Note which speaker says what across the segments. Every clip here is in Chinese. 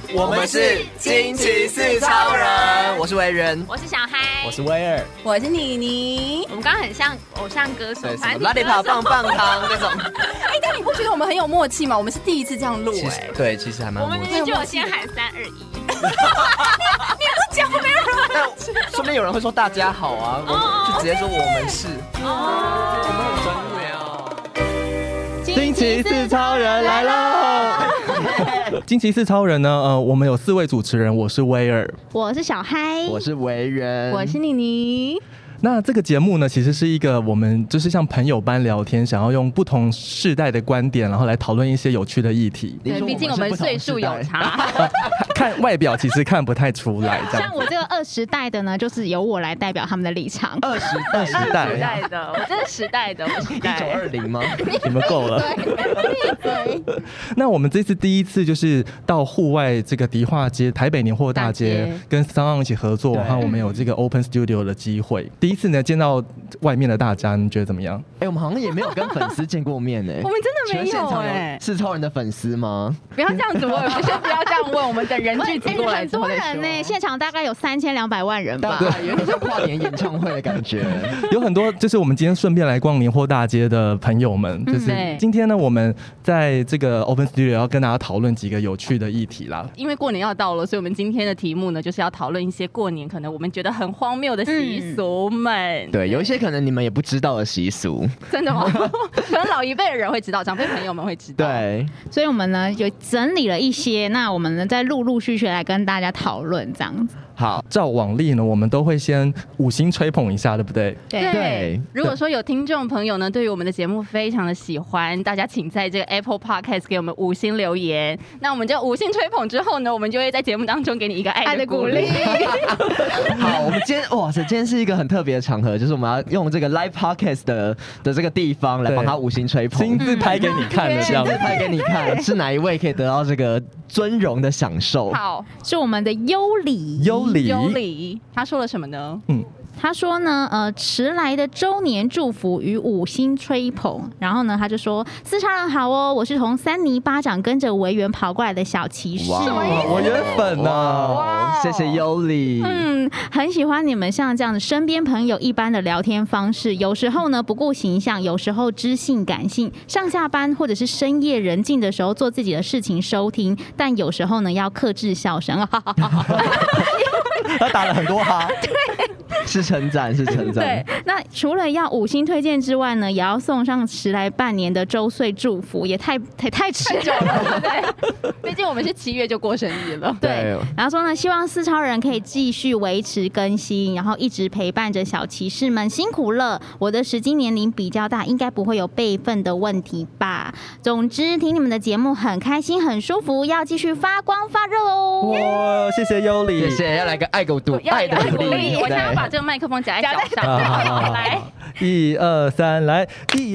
Speaker 1: 我们是惊奇四超人，我是维人，
Speaker 2: 我是小嗨，
Speaker 3: 我是威尔，
Speaker 4: 我是妮妮。
Speaker 2: 我们刚刚很像偶像歌手，
Speaker 1: 什么拉力跑棒棒糖那种。
Speaker 4: 但你不觉得我们很有默契吗？我们是第一次这样录
Speaker 1: 对，其实还蛮默契。
Speaker 2: 我们明明就有先喊3、2、1。
Speaker 4: 你不讲没有人，
Speaker 1: 说不定有人会说大家好啊，我就直接说我们是，我们很专业啊。
Speaker 3: 惊奇四超人来喽！惊奇四超人呢？我们有4位主持人，我是威尔，
Speaker 2: 我是小嗨，
Speaker 1: 我是维人，
Speaker 4: 我是妮妮。
Speaker 3: 那这个节目呢，其实是一个我们就是像朋友般聊天，想要用不同世代的观点，然后来讨论一些有趣的议题。
Speaker 2: 对，毕竟我们岁数有差，
Speaker 3: 看外表其实看不太出来。
Speaker 5: 像我这个20代的呢，就是由我来代表他们的立场。
Speaker 1: 20代
Speaker 2: 的，我这是10代的
Speaker 1: ，1920吗？
Speaker 3: 你们够了。那我们这次第一次就是到户外这个迪化街、台北年货大街，跟 SoundOn 一起合作，然后我们有这个 Open Studio 的机会。第一次呢见到外面的大家，你觉得怎么样？
Speaker 1: 我们好像也没有跟粉丝见过面
Speaker 4: 我们真的没有
Speaker 1: 是超人的粉丝吗？
Speaker 4: 不要这样子问，先不要这样问，我们等人聚集过来之后再说。
Speaker 5: 很多人现场大概有3200万人吧，
Speaker 1: 对，有点像跨年演唱会的感觉。
Speaker 3: 有很多就是我们今天顺便来逛年货大街的朋友们，就是今天呢，我们在这个 Open Studio 要跟大家讨论几个有趣的议题啦。
Speaker 4: 因为过年要到了，所以我们今天的题目呢，就是要讨论一些过年可能我们觉得很荒谬的习俗们。
Speaker 1: 对，有一些可能你们也不知道的习俗。
Speaker 4: 真的吗？可能老一辈的人会知道，长辈朋友们会知道。
Speaker 1: 对，
Speaker 5: 所以我们呢有整理了一些，那我们呢再陆续来跟大家讨论这样子。
Speaker 3: 好，照往例呢，我们都会先5星吹捧一下，对不对？
Speaker 4: 对。如果说有听众朋友呢，对于我们的节目非常的喜欢，大家请在这个 Apple Podcast 给我们5星留言。那我们就5星吹捧之后呢，我们就会在节目当中给你一个爱的鼓励。
Speaker 1: 好，我们今天哇塞，今天是一个很特别的场合，就是我们要用这个 Live Podcast 的这个地方来帮他5星吹捧，
Speaker 3: 亲自拍给你看的，这样
Speaker 1: 亲自拍给你看，是哪一位可以得到这个尊荣的享受？
Speaker 5: 好，是我们的优里。
Speaker 4: 优里，他说了什么呢？
Speaker 5: 他说呢，迟来的周年祝福与5星吹捧，然后呢，他就说四超人好哦，我是从3尼巴掌跟着维园跑过来的小骑士，
Speaker 3: 我原粉啊，
Speaker 1: 谢谢优里，
Speaker 5: 很喜欢你们像这样的身边朋友一般的聊天方式，有时候呢不顾形象，有时候知性感性，上下班或者是深夜人静的时候做自己的事情收听，但有时候呢要克制笑声，
Speaker 3: 他打了很多哈，
Speaker 5: 对，
Speaker 1: 是称赞，是称赞。
Speaker 5: 对，那除了要5星推荐之外呢，也要送上10来半年的周岁祝福，也太迟
Speaker 4: 久了，对，毕竟我们是7月就过生日了。
Speaker 5: 对，然后说呢，希望四超人可以继续维持更新，然后一直陪伴着小骑士们，辛苦了。我的实际年龄比较大，应该不会有辈分的问题吧。总之，听你们的节目很开心，很舒服，要继续发光发热哦。
Speaker 3: 哇，谢谢优里，
Speaker 1: 谢谢，要来个爱的鼓励，
Speaker 4: 我想要把这个麦克风夹在脚上，来
Speaker 3: ，1、2、3，来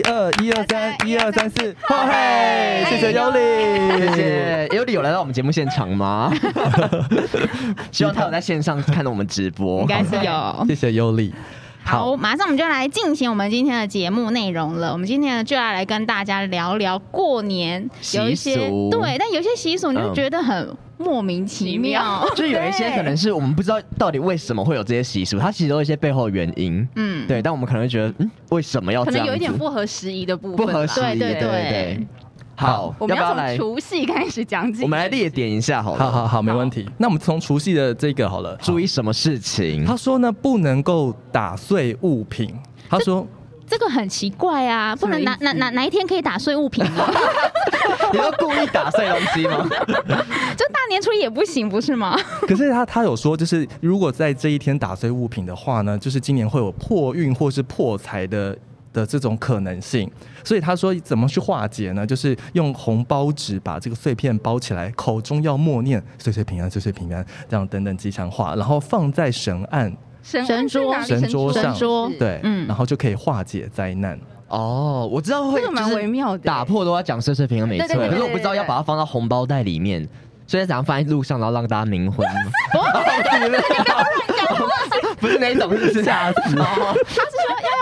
Speaker 3: ，1、2、1、2、3，1、2、3、4，好嘿，谢谢优里，
Speaker 1: 谢谢优里有来到我们节目现场吗？希望他有在线上看到我们直播，
Speaker 5: 应该是有，
Speaker 3: 谢谢优里。
Speaker 5: 好，马上我们就来进行我们今天的节目内容了。我们今天呢就要来跟大家聊聊过年有一些对，但有一些习俗你就觉得很莫名其妙，
Speaker 1: 就有一些可能是我们不知道到底为什么会有这些习俗，它其实都有一些背后的原因。对，但我们可能会觉得，为什么要这样子？
Speaker 4: 可能有一点不合时宜的部分，
Speaker 1: 不合时宜，对。好，
Speaker 4: 我们要从除夕开始讲起。
Speaker 1: 我们来列点一下好了。
Speaker 3: 好，没问题。那我们从除夕的这个好了，
Speaker 1: 注意什么事情？
Speaker 3: 他说呢，不能够打碎物品。他说
Speaker 5: 这个很奇怪啊，不能哪一天可以打碎物品呢？
Speaker 1: 你要故意打碎东西吗？
Speaker 5: 就大年初一也不行，不是吗？
Speaker 3: 可是他有说，就是如果在这一天打碎物品的话呢，就是今年会有破运或是破财的这种可能性，所以他说怎么去化解呢？就是用红包纸把这个碎片包起来，口中要默念“岁岁平安，岁岁平安”这样等等吉祥话，然后放在神桌上，对，然后就可以化解灾难。
Speaker 1: 哦，我知道会，
Speaker 4: 这个蛮微妙的，
Speaker 1: 打破都要讲岁岁平安没错，可是我不知道要把它放到红包袋里面，所以怎样放在路上，然后让大家冥婚。不是那种，是吓死。
Speaker 4: 他是说要用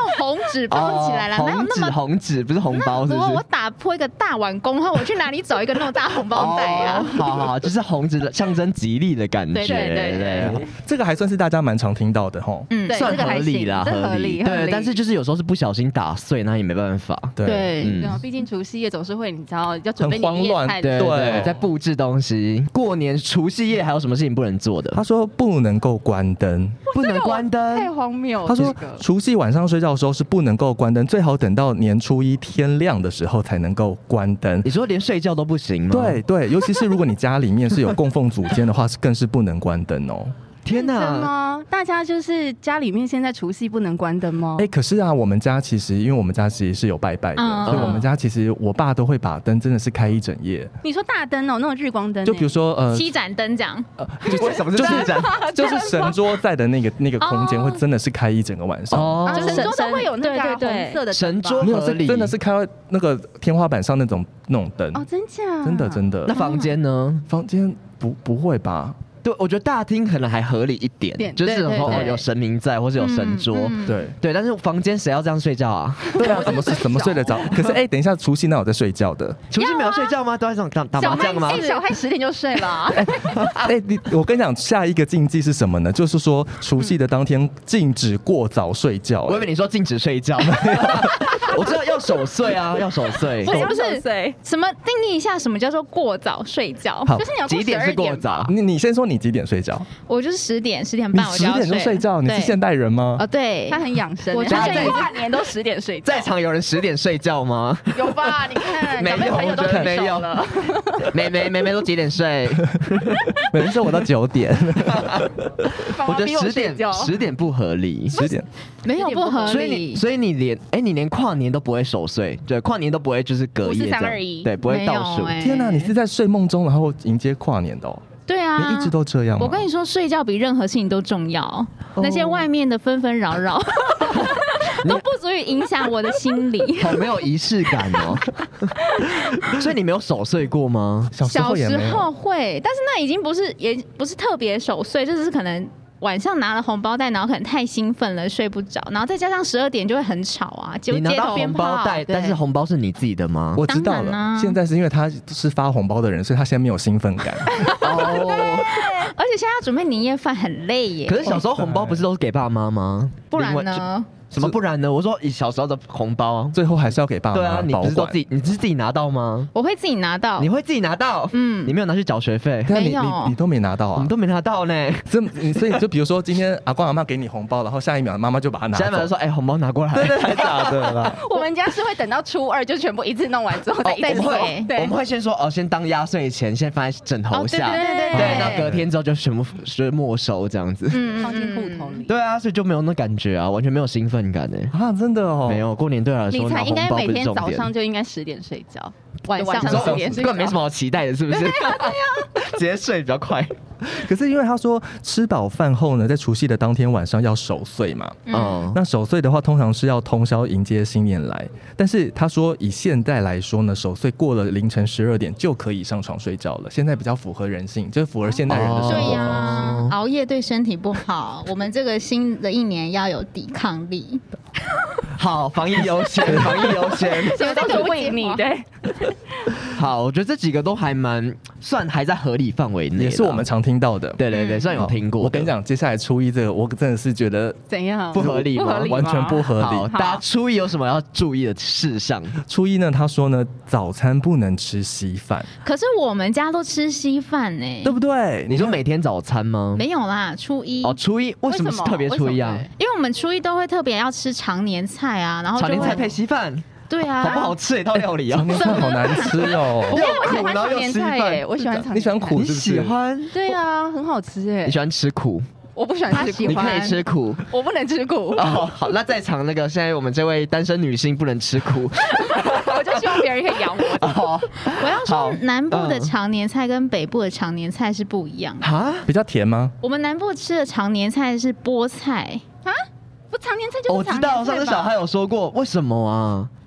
Speaker 5: 红纸包起来了，哪有那么
Speaker 1: 红纸不是红包，是不是？
Speaker 5: 我打破一个大碗公的话，我去哪里找一个那么大红包袋啊？
Speaker 1: 好，就是红纸的象征吉利的感觉。
Speaker 4: 对，
Speaker 3: 这个还算是大家蛮常听到的吼。
Speaker 1: 算合理啦，合理。对，但是就是有时候是不小心打碎，那也没办法。
Speaker 4: 对，毕竟除夕夜总是会，你知道要准备年夜菜，
Speaker 1: 对，在布置东西。过年除夕夜还有什么事情不能做的？
Speaker 3: 他说不能够关灯，
Speaker 1: 不能关灯，
Speaker 4: 太荒谬了。
Speaker 3: 他说除夕晚上睡觉的时候是不能够关灯，最好等到年初一天亮的时候才能够关灯。
Speaker 1: 你说连睡觉都不行吗？
Speaker 3: 对，尤其是如果你家里面是有供奉祖先的话，更是不能关灯哦。
Speaker 1: 天哪！
Speaker 4: 真的吗？大家就是家里面现在除夕不能关灯吗？
Speaker 3: 可是啊，我们家其实因为我们家其实是有拜拜的，所以我们家其实我爸都会把灯真的是开一整夜。
Speaker 4: 你说大灯哦，那种日光灯，
Speaker 3: 就比如说
Speaker 5: 7盏灯这样。
Speaker 1: 为什么是7盏？
Speaker 3: 就是神桌在的那个空间会真的是开一整个晚上。
Speaker 4: 神桌都会有那个红色的
Speaker 1: 神桌，
Speaker 3: 没有真的是开到那个天花板上那种灯。
Speaker 4: 哦，真假？
Speaker 3: 真的。
Speaker 1: 那房间呢？
Speaker 3: 房间不会吧？
Speaker 1: 对，我觉得大厅可能还合理一点，就是有神明在，或是有神桌，对。但是房间谁要这样睡觉啊？
Speaker 3: 对啊，怎么睡得着？可是等一下，除夕那有在睡觉的？
Speaker 1: 除夕没有睡觉吗？都在这种打麻将吗？
Speaker 4: 小孩10点就睡了。
Speaker 3: 我跟你讲，下一个禁忌是什么呢？就是说除夕的当天禁止过早睡觉。
Speaker 1: 我以为你说禁止睡觉。我知道要守岁啊，要守岁。
Speaker 5: 不是什么定义一下什么叫做过早睡觉？
Speaker 4: 就是你要
Speaker 1: 几点是过早？
Speaker 3: 你先说你几点睡觉？
Speaker 5: 我就是10点半我就要睡。
Speaker 3: 10点就睡觉？你是现代人吗？
Speaker 5: 对，
Speaker 4: 他很养生。
Speaker 5: 我
Speaker 4: 跨年都10点睡觉。
Speaker 1: 在场有人10点睡觉吗？
Speaker 4: 有吧？你看，
Speaker 1: 没有，我觉得没有了。妹妹都几点睡？
Speaker 3: 妹妹说我到9点。
Speaker 1: 我觉得10点不合理。
Speaker 3: 10点
Speaker 5: 没有不合理。
Speaker 1: 所以你连跨年都不会守岁，对，跨年都不会就是隔夜这样，对，不会倒数。
Speaker 3: 天哪，你是在睡梦中然后迎接跨年的哦？
Speaker 5: 对啊，
Speaker 3: 你一直都这样吗？
Speaker 5: 我跟你说，睡觉比任何事情都重要。那些外面的纷纷扰扰都不足以影响我的心理。
Speaker 1: 好没有仪式感哦。所以你没有守岁过吗？
Speaker 5: 小时候会，但是那已经也不是特别守岁，就是可能晚上拿了红包袋，然后可能太兴奋了睡不着，然后再加上12点就会很吵啊，就
Speaker 1: 你拿到红包袋，但是红包是你自己的吗？
Speaker 3: 我知道了，现在是因为他是发红包的人，所以他现在没有兴奋感。
Speaker 5: 而且现在要准备年夜饭很累耶。
Speaker 1: 可是小时候红包不是都是给爸妈吗？
Speaker 5: 不然呢？
Speaker 1: 什么不然呢？我说以小时候的红包，
Speaker 3: 最后还是要给爸妈。
Speaker 1: 对啊，你不是都你是自己拿到吗？
Speaker 5: 我会自己拿到。
Speaker 1: 你会自己拿到？你没有拿去缴学费？
Speaker 5: 没有，
Speaker 3: 你都没拿到啊？
Speaker 1: 我们都没拿到呢。
Speaker 3: 所以就比如说今天阿公阿嬷给你红包，然后下一秒妈妈就把它拿走。
Speaker 1: 下一秒就说：“红包拿过来。”
Speaker 3: 对，还假的啦。
Speaker 4: 我们家是会等到初2就全部一次弄完之后再一起给。
Speaker 1: 我们会先说先当压岁钱，先放在枕头下。对，那隔天之后就全部是没收这样子，
Speaker 4: 放进户头里。
Speaker 1: 对啊，所以就没有那感觉啊，完全没有兴奋感
Speaker 3: 啊。真的哦，
Speaker 1: 没有过年对我来说，
Speaker 4: 你才应该每天早上就应该10点睡觉，晚上10点睡觉，
Speaker 1: 根本没什么好期待的，是不是？直接睡比较快。
Speaker 3: 可是因为他说吃饱饭后呢，在除夕的当天晚上要守岁嘛，那守岁的话通常是要通宵迎接新年来，但是他说以现在来说呢，守岁过了凌晨12点就可以上床睡觉了，现在比较符合人性，就是符合现代人的生活方式。
Speaker 5: 对呀，熬夜对身体不好，我们这个新的一年要有抵抗力。
Speaker 1: 好，防疫优先，防疫优先，
Speaker 4: 这都是为你对。
Speaker 1: 好，我觉得这几个都还算还在合理范围内，
Speaker 3: 也是我们常听到的。
Speaker 1: 对，算有听过。
Speaker 3: 我跟你讲，接下来初一这个，我真的是觉得
Speaker 4: 怎样
Speaker 1: 不合理吗？
Speaker 3: 完全不合理。
Speaker 1: 大家初一有什么要注意的事项？
Speaker 3: 初一呢，他说呢，早餐不能吃稀饭。
Speaker 5: 可是我们家都吃稀饭呢，
Speaker 3: 对不对？
Speaker 1: 你说每天早餐吗？
Speaker 5: 没有啦，初一。
Speaker 1: 初一为什么是特别初一啊？
Speaker 5: 因为我们初一都会特别要吃常年菜啊，然后
Speaker 1: 常年菜配稀饭。
Speaker 5: 对啊，
Speaker 1: 好不好吃一道料理啊？
Speaker 3: 常年菜好难吃哦。
Speaker 4: 我喜欢常年菜耶，我喜欢常年菜。
Speaker 3: 你喜欢苦是不是？
Speaker 1: 你喜欢？
Speaker 4: 对啊，很好吃哎。
Speaker 1: 你喜欢吃苦？
Speaker 4: 我不喜欢吃苦。
Speaker 1: 你可以吃苦，
Speaker 4: 我不能吃苦。
Speaker 1: 好，那在场现在我们这位单身女性不能吃苦，
Speaker 4: 我就希望别人可以养我。
Speaker 5: 我要说，南部的常年菜跟北部的常年菜是不一样的。
Speaker 3: 比较甜吗？
Speaker 5: 我们南部吃的常年菜是菠菜
Speaker 4: 啊。不，常年菜就是
Speaker 1: 我知道，上次小孩有说过，为什么啊？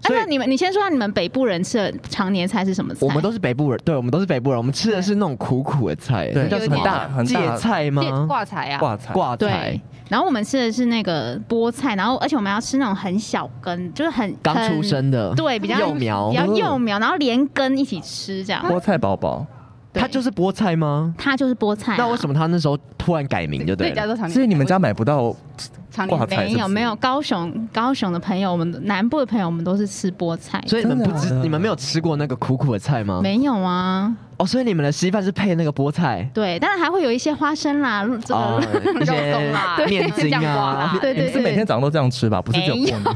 Speaker 1: 所以
Speaker 5: 那你先说，你们北部人吃的常年菜是什么菜？
Speaker 1: 我们都是北部人，对，我们都是北部人，我们吃的是那种苦苦的菜，
Speaker 3: 对
Speaker 1: 叫什么
Speaker 3: 很大很大
Speaker 1: 芥菜吗？
Speaker 4: 挂菜啊，
Speaker 3: 挂菜。
Speaker 1: 挂菜
Speaker 5: 对。然后我们吃的是那个菠菜，然后而且我们要吃那种很小根，就是
Speaker 1: 刚出生的，
Speaker 5: 对，比较
Speaker 1: 幼苗，
Speaker 5: 比较幼苗，然后连根一起吃这样。
Speaker 3: 菠菜宝宝，
Speaker 1: 它就是菠菜吗？
Speaker 5: 它就是菠菜、啊。
Speaker 1: 那为什么它那时候突然改名就对了？
Speaker 3: 所以你们家买不到挂菜？
Speaker 5: 没有，高雄的朋友，我们南部的朋友，我们都是吃菠菜。
Speaker 1: 所以你们没有吃过那个苦苦的菜吗？
Speaker 5: 没有啊。
Speaker 1: 哦，所以你们的稀饭是配那个菠菜？
Speaker 5: 对，当然还会有一些花生啦，这个
Speaker 1: 一些面筋啊，
Speaker 5: 对对对，
Speaker 3: 你是每天早上都这样吃吧？不是只有过年。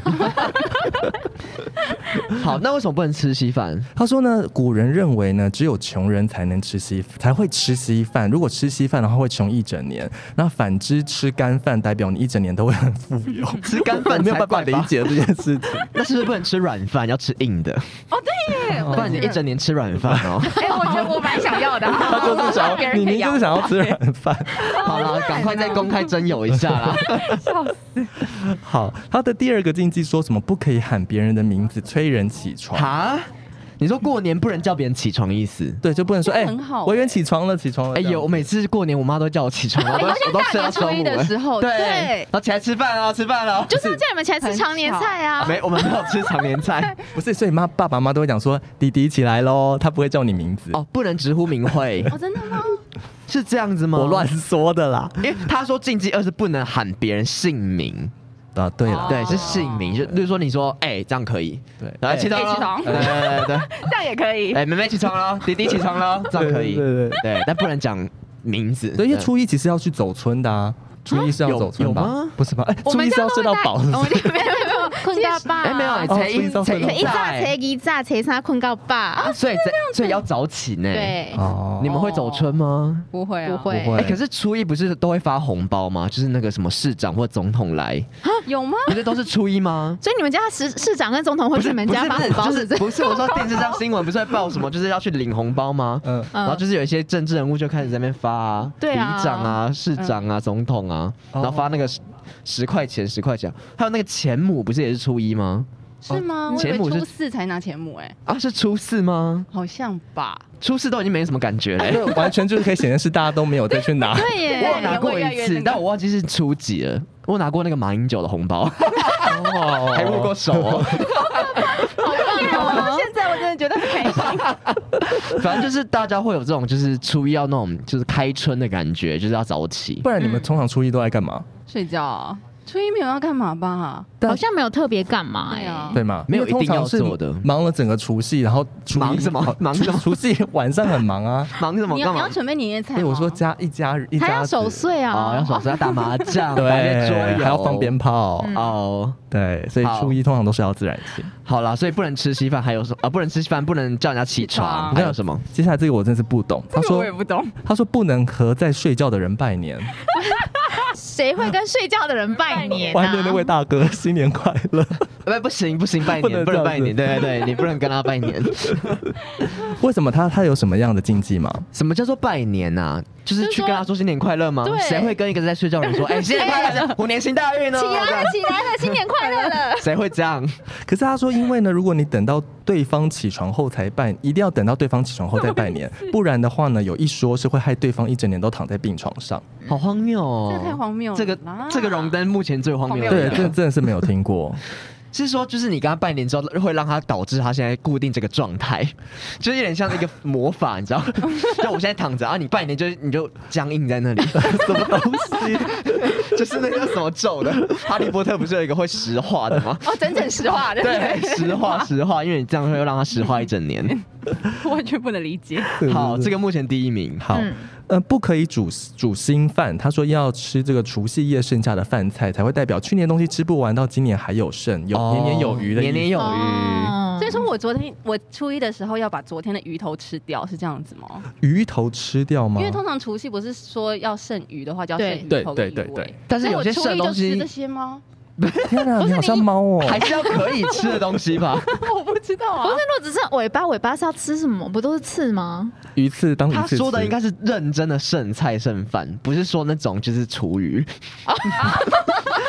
Speaker 1: 好，那为什么不能吃稀饭？
Speaker 3: 他说呢，古人认为呢，只有穷人才会吃稀饭。如果吃稀饭的话，会穷一整年。那反之，吃干饭代表你一整年都会很富有。
Speaker 1: 吃干饭
Speaker 3: 没有办法理解这件事情。
Speaker 1: 那是不是不能吃软饭，要吃硬的？
Speaker 4: 哦，对耶，
Speaker 1: 不然你一整年吃软饭哦。
Speaker 4: 我觉得我蛮想要的。
Speaker 3: 他就是想要，你就是想要吃软饭。
Speaker 1: 好了，赶快再公开征友一下啦！
Speaker 4: 笑死。
Speaker 3: 好，他的第二个禁忌说什么？不可以喊别人的名字催人起床。
Speaker 1: 哈？你说过年不能叫别人起床意思？
Speaker 3: 对，就不能说委员起床了，起床了。
Speaker 1: 哎呦，我每次过年我妈都叫我起床，我都睡到中午
Speaker 4: 的时候，
Speaker 1: 对，然后起来吃饭了，吃饭了，
Speaker 5: 就是要叫你们起来吃常年菜啊。
Speaker 1: 没，我们没有吃常年菜，
Speaker 3: 不是，所以爸爸妈妈都会讲说弟弟起来咯，他不会叫你名字
Speaker 1: 哦，不能直呼名讳。
Speaker 4: 哦，真的吗？
Speaker 1: 是这样子吗？
Speaker 3: 我乱说的啦，
Speaker 1: 因为他说禁忌2是不能喊别人姓名。
Speaker 3: 啊，对了，
Speaker 1: 对，是姓名，就比如说你说，这样可以，
Speaker 3: 对，
Speaker 1: 来起床了，对，
Speaker 4: 这样也可以，
Speaker 1: 妹妹起床了，弟弟起床了，这样可以，对，但不能讲名字，
Speaker 3: 对，因为初一其实要去走村的啊，初一是要走村吧？有吗？不是吧？初一是要睡到饱，
Speaker 5: 没有困到饱，
Speaker 1: 没有，初一
Speaker 5: 初二初三困到饱，
Speaker 1: 所以要早起呢。
Speaker 5: 对，
Speaker 1: 你们会走村吗？
Speaker 4: 不会，
Speaker 5: 不会。
Speaker 1: 可是初一不是都会发红包吗？就是那个什么市长或总统来，
Speaker 4: 有吗？
Speaker 1: 不是都是初一吗？
Speaker 5: 所以你们家市长跟总统会去你们家发红包？
Speaker 1: 不是，我说电视上新闻不是会报什么，就是要去领红包吗？然后就是有一些政治人物就开始在那边发啊，里长啊、市长啊、总统啊，然后发那个10块钱，还有那个钱母不是也是初一吗？
Speaker 4: 是吗？我以为初4才拿钱母
Speaker 1: 是初4吗？
Speaker 4: 好像吧。
Speaker 1: 初4都已经没什么感觉了，
Speaker 3: 完全就是可以显示是大家都没有再去拿。
Speaker 5: 对耶，
Speaker 1: 我有拿过一次，但我忘记是初几了。我拿过那个马英九的红包，还握过手哦。
Speaker 4: 好棒哦！现在我真的觉得很开心。
Speaker 1: 反正就是大家会有这种，就是初一要那种就是开春的感觉，就是要早起。
Speaker 3: 不然你们通常初一都在干嘛？
Speaker 4: 睡觉啊。初一没有要干嘛吧？
Speaker 5: 好像没有特别干嘛
Speaker 3: 对吗？
Speaker 1: 没有一定要做的，
Speaker 3: 忙了整个除夕，然后
Speaker 1: 忙什么？忙什么？
Speaker 3: 除夕晚上很忙啊，
Speaker 1: 忙什么？
Speaker 4: 你要准备年夜菜吗？
Speaker 3: 我说一家
Speaker 5: 还要守岁啊，
Speaker 1: 要守岁，要打麻将，
Speaker 3: 对，还要放鞭炮
Speaker 1: 哦。
Speaker 3: 对，所以初一通常都是要自然醒。
Speaker 1: 好啦，所以不能吃稀饭，还有什么？不能吃稀饭，不能叫人家起床，还有什么？
Speaker 3: 接下来这个我真是不懂。他说
Speaker 4: 我也不懂。
Speaker 3: 他说不能和在睡觉的人拜年。
Speaker 5: 谁会跟睡觉的人拜年？
Speaker 3: 外面那位大哥，新年快乐！
Speaker 1: 不行，拜年不能拜年，对，你不能跟他拜年。
Speaker 3: 为什么他有什么样的禁忌吗？
Speaker 1: 什么叫做拜年啊？就是去跟他说新年快乐吗？谁会跟一个在睡觉的人说，新年快乐，虎年行大运哦！
Speaker 5: 起来了，新年快乐了！
Speaker 1: 谁会这样？
Speaker 3: 可是他说，因为呢，如果你等到对方起床后才拜，一定要等到对方起床后再拜年，不然的话呢，有一说是会害对方一整年都躺在病床上。
Speaker 1: 好荒谬哦！
Speaker 4: 这太荒谬了。
Speaker 1: 这个荣登目前最荒谬的。
Speaker 3: 对，真的是没有听过。
Speaker 1: 是说，就是你跟他拜年之后，会让他导致他现在固定这个状态，就是有点像一个魔法，你知道？就我现在躺着啊，你拜年你就僵硬在那里，什么东西？就是那个什么咒的，哈利波特不是有一个会石化的吗？
Speaker 4: 整整石化的。
Speaker 1: 对，石化，因为你这样会让他石化一整年，
Speaker 4: 完全不能理解。
Speaker 1: 好，这个目前第一名。
Speaker 3: 好。不可以煮新饭。他说要吃这个除夕夜剩下的饭菜，才会代表去年东西吃不完，到今年还有剩，年年有余的意思。
Speaker 1: 年年有余。
Speaker 4: 所以说我初一的时候要把昨天的鱼头吃掉，是这样子吗？
Speaker 3: 鱼头吃掉吗？
Speaker 4: 因为通常除夕不是说要剩鱼的话，就要剩鱼头的鱼尾。
Speaker 1: 但是有些剩的东西，
Speaker 4: 吃这些吗？
Speaker 3: 天哪，你好像猫哦！
Speaker 1: 还是要可以吃的东西吧？
Speaker 4: 我不知道啊。
Speaker 5: 不是，如果只剩尾巴是要吃什么？不都是刺吗？
Speaker 3: 鱼刺当鱼刺。
Speaker 1: 他说的应该是认真的剩菜剩饭，不是说那种就是厨余。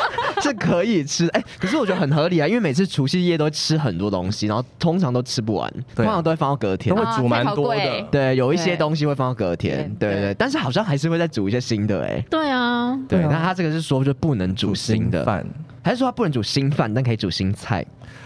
Speaker 1: 是可以吃，可是我觉得很合理啊，因为每次除夕夜都会吃很多东西，然后通常都吃不完，通常都会放到隔天，
Speaker 3: 都会煮蛮多的。
Speaker 1: 对，有一些东西会放到隔天，对，但是好像还是会再煮一些新的
Speaker 5: 对啊，
Speaker 1: 对，那他这个是说就不能煮新的
Speaker 3: 饭，
Speaker 1: 还是说他不能煮新饭，但可以煮新菜？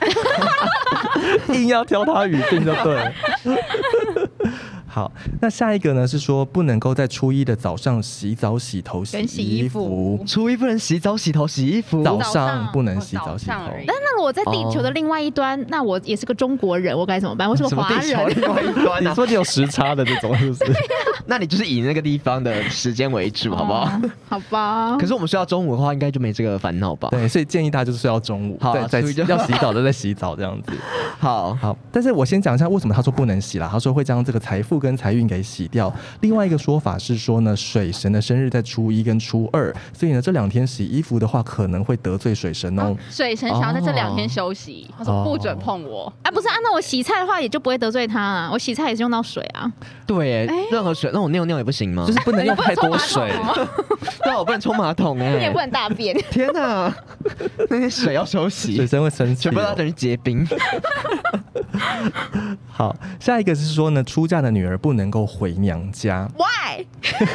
Speaker 3: 硬要挑他语病就对了。好，那下一个呢是说不能够在初一的早上洗澡、洗头、洗衣服。
Speaker 1: 初一不能洗澡、洗头、洗衣服，
Speaker 3: 早上不能洗澡、洗头。
Speaker 5: 但那我在地球的另外一端，那我也是个中国人，我该怎么办？我是个华人。
Speaker 1: 另外一端
Speaker 3: 你说你有时差的这种是不是？
Speaker 1: 那你就是以那个地方的时间为主，好不好？
Speaker 5: 好吧。
Speaker 1: 可是我们睡到中午的话，应该就没这个烦恼吧？
Speaker 3: 对，所以建议大家就是睡到中午，
Speaker 1: 好，
Speaker 3: 在要洗澡的在洗澡这样子。
Speaker 1: 好，
Speaker 3: 但是我先讲一下为什么他说不能洗啦。他说会将这个财富跟财运给洗掉。另外一个说法是说呢，水神的生日在初一跟初二，所以呢这2天洗衣服的话可能会得罪水神哦。
Speaker 4: 水神想要在这2天休息，他说不准碰我。
Speaker 5: 不是那我洗菜的话也就不会得罪他啊，我洗菜也是用到水啊。
Speaker 1: 对，任何水，那我尿也不行吗？
Speaker 3: 就是不能用太多水。
Speaker 1: 对，我不能冲马桶
Speaker 5: 你也不能大便。
Speaker 1: 天哪，那些水要收洗，
Speaker 3: 水神会生气，
Speaker 1: 全部都等于结冰。
Speaker 3: 好，下一个是说呢，出嫁的女儿不能够回娘家。
Speaker 5: Why？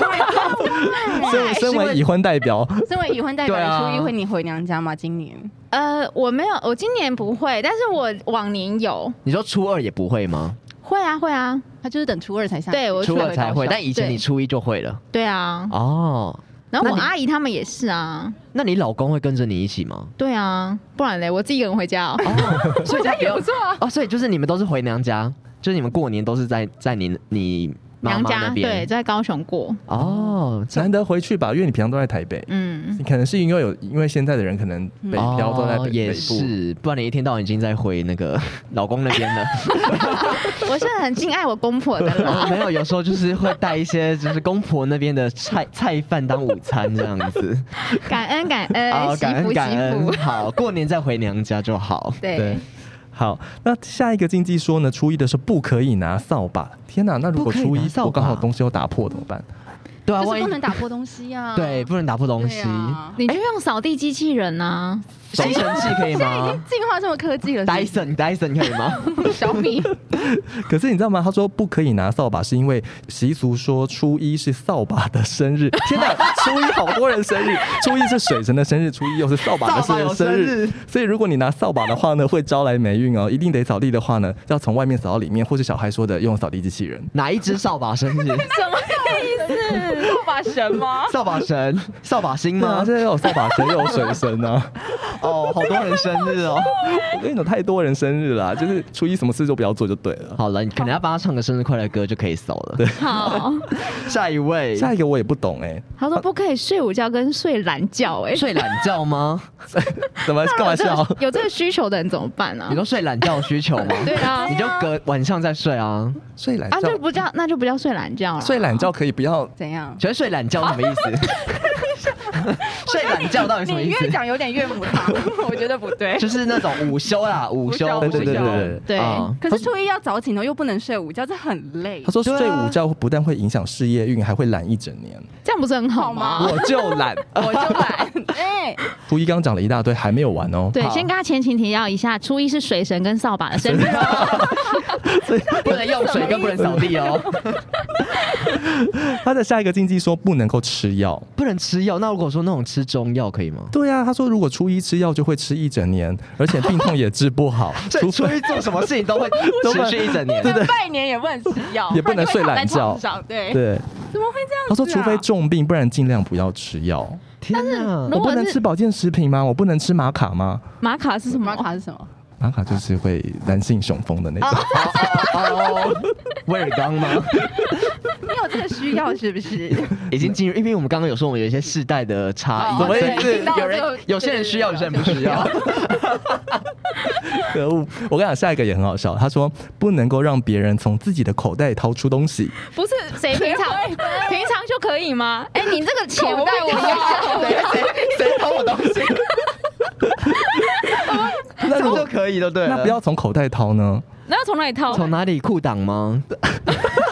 Speaker 3: 身为已婚代表，
Speaker 4: 身为已婚代表，你初一会你回娘家吗？今年？
Speaker 5: 我没有，我今年不会，但是我往年有。
Speaker 1: 你说初二也不会吗？
Speaker 5: 会啊，会啊，
Speaker 4: 他就是等初二才下。
Speaker 5: 对，我
Speaker 1: 初二才会，但以前你初一就会了。
Speaker 5: 对啊。
Speaker 1: 哦。
Speaker 5: 然后我阿姨他们也是啊。
Speaker 1: 那你老公会跟着你一起吗？
Speaker 5: 对啊，不然嘞，我自己一个人回家哦。
Speaker 1: 所以这
Speaker 4: 也不错啊。
Speaker 1: 哦，所以就是你们都是回娘家，就是你们过年都是在你妈妈那边，
Speaker 5: 对，在高雄过。
Speaker 1: 哦，
Speaker 3: 难得回去吧，因为你平常都在台北。你可能是因为现在的人可能北漂都在北部，
Speaker 1: 也是，不然你一天到晚已经在回那个老公那边了。
Speaker 5: 我是很敬爱我公婆的啦。
Speaker 1: 没有，有时候就是会带一些就是公婆那边的菜饭当午餐这样子。
Speaker 5: 感恩，
Speaker 1: 感恩。好，过年再回娘家就好。
Speaker 5: 对。
Speaker 3: 好，那下一个禁忌说呢，初一的时候不可以拿扫把。天哪，那如果初一我刚好东西又打破怎么办？
Speaker 4: 对啊，就是不能打破东西啊。
Speaker 1: 对，不能打破东西。
Speaker 5: 你就用扫地机器人啊，
Speaker 1: 吸尘器可以吗？
Speaker 4: 现在已经进化这么科技了。
Speaker 1: Dyson 可以吗？
Speaker 4: 小米。
Speaker 3: 可是你知道吗？他说不可以拿扫把，是因为习俗说初一是扫把的生日。天哪，初一好多人生日，初一是水神的生日，初一又是扫把的生日。所以如果你拿扫把的话呢，会招来霉运哦。一定得扫地的话呢，要从外面扫到里面，或是小孩说的用扫地机器人。
Speaker 1: 哪一只扫把生日？
Speaker 4: 什么意思？扫把神吗？
Speaker 1: 扫把神、扫把星吗？
Speaker 3: 现在又有扫把神，又有水神啊！
Speaker 1: 哦，好多人生日哦！
Speaker 3: 我跟你讲，太多人生日啦，就是初一什么事都不要做就对了。
Speaker 1: 好了，你可能要帮他唱个生日快乐歌就可以扫了。
Speaker 3: 对，
Speaker 5: 好，
Speaker 3: 下一个我也不懂
Speaker 5: 他说不可以睡午觉跟睡懒觉
Speaker 1: 睡懒觉吗？
Speaker 3: 怎么干嘛笑？
Speaker 5: 有这个需求的人怎么办啊？
Speaker 1: 你说睡懒觉需求吗？
Speaker 5: 对啊，
Speaker 1: 你就隔晚上再睡啊。
Speaker 3: 睡懒觉
Speaker 5: 那就不叫睡懒觉了。
Speaker 3: 睡懒觉可以不要
Speaker 4: 怎样？
Speaker 1: 觉得睡懒觉什么意思？睡懒觉到底什么意思？
Speaker 4: 你越讲有点岳母汤，我觉得不对。
Speaker 1: 就是那种午休啦，午休。
Speaker 3: 对。
Speaker 4: 可是初一要早起呢，又不能睡午觉，这很累。
Speaker 3: 他说睡午觉不但会影响事业运，还会懒一整年。
Speaker 5: 这样不是很好吗？
Speaker 3: 我就懒。初一刚讲了一大堆，还没有完哦。
Speaker 5: 对，先跟他前情提要一下，初一是水神跟扫把的生日哦，
Speaker 1: 不能用水更不能扫地哦。
Speaker 3: 他的下一个禁忌说不能够吃药，
Speaker 1: 不能吃药。那如果说那种吃中药可以吗？
Speaker 3: 对啊，他说如果初一吃药就会吃一整年，而且病痛也治不好。
Speaker 1: 所以初一做什么事情都会持续一整年。
Speaker 3: 对对，
Speaker 4: 拜年也不能吃药，
Speaker 3: 也不能睡懒觉。
Speaker 4: 对，
Speaker 3: 怎
Speaker 4: 么会这样？
Speaker 3: 他说除非重病，不然尽量不要吃药。
Speaker 1: 天哪！
Speaker 3: 我不能吃保健食品吗？我不能吃玛卡吗？
Speaker 5: 玛卡是什么？
Speaker 4: 玛卡是什么？
Speaker 3: 玛卡就是会男性雄风的那种。
Speaker 1: 威尔刚吗？
Speaker 4: 你有这个需要是不是？
Speaker 1: 已经进入，因为我们刚刚有说我们有一些世代的差异，
Speaker 3: 什么意思？
Speaker 1: 有些人需要，有些人不需要。
Speaker 3: 可恶！我跟你讲，下一个也很好笑。他说不能够让别人从自己的口袋掏出东西。
Speaker 5: 不是谁平常就可以吗？你这个钱我带我要，
Speaker 1: 谁偷我东西？那就可以了，对。
Speaker 3: 那不要从口袋掏呢？
Speaker 5: 那要从哪里掏？
Speaker 1: 从哪里？裤裆吗？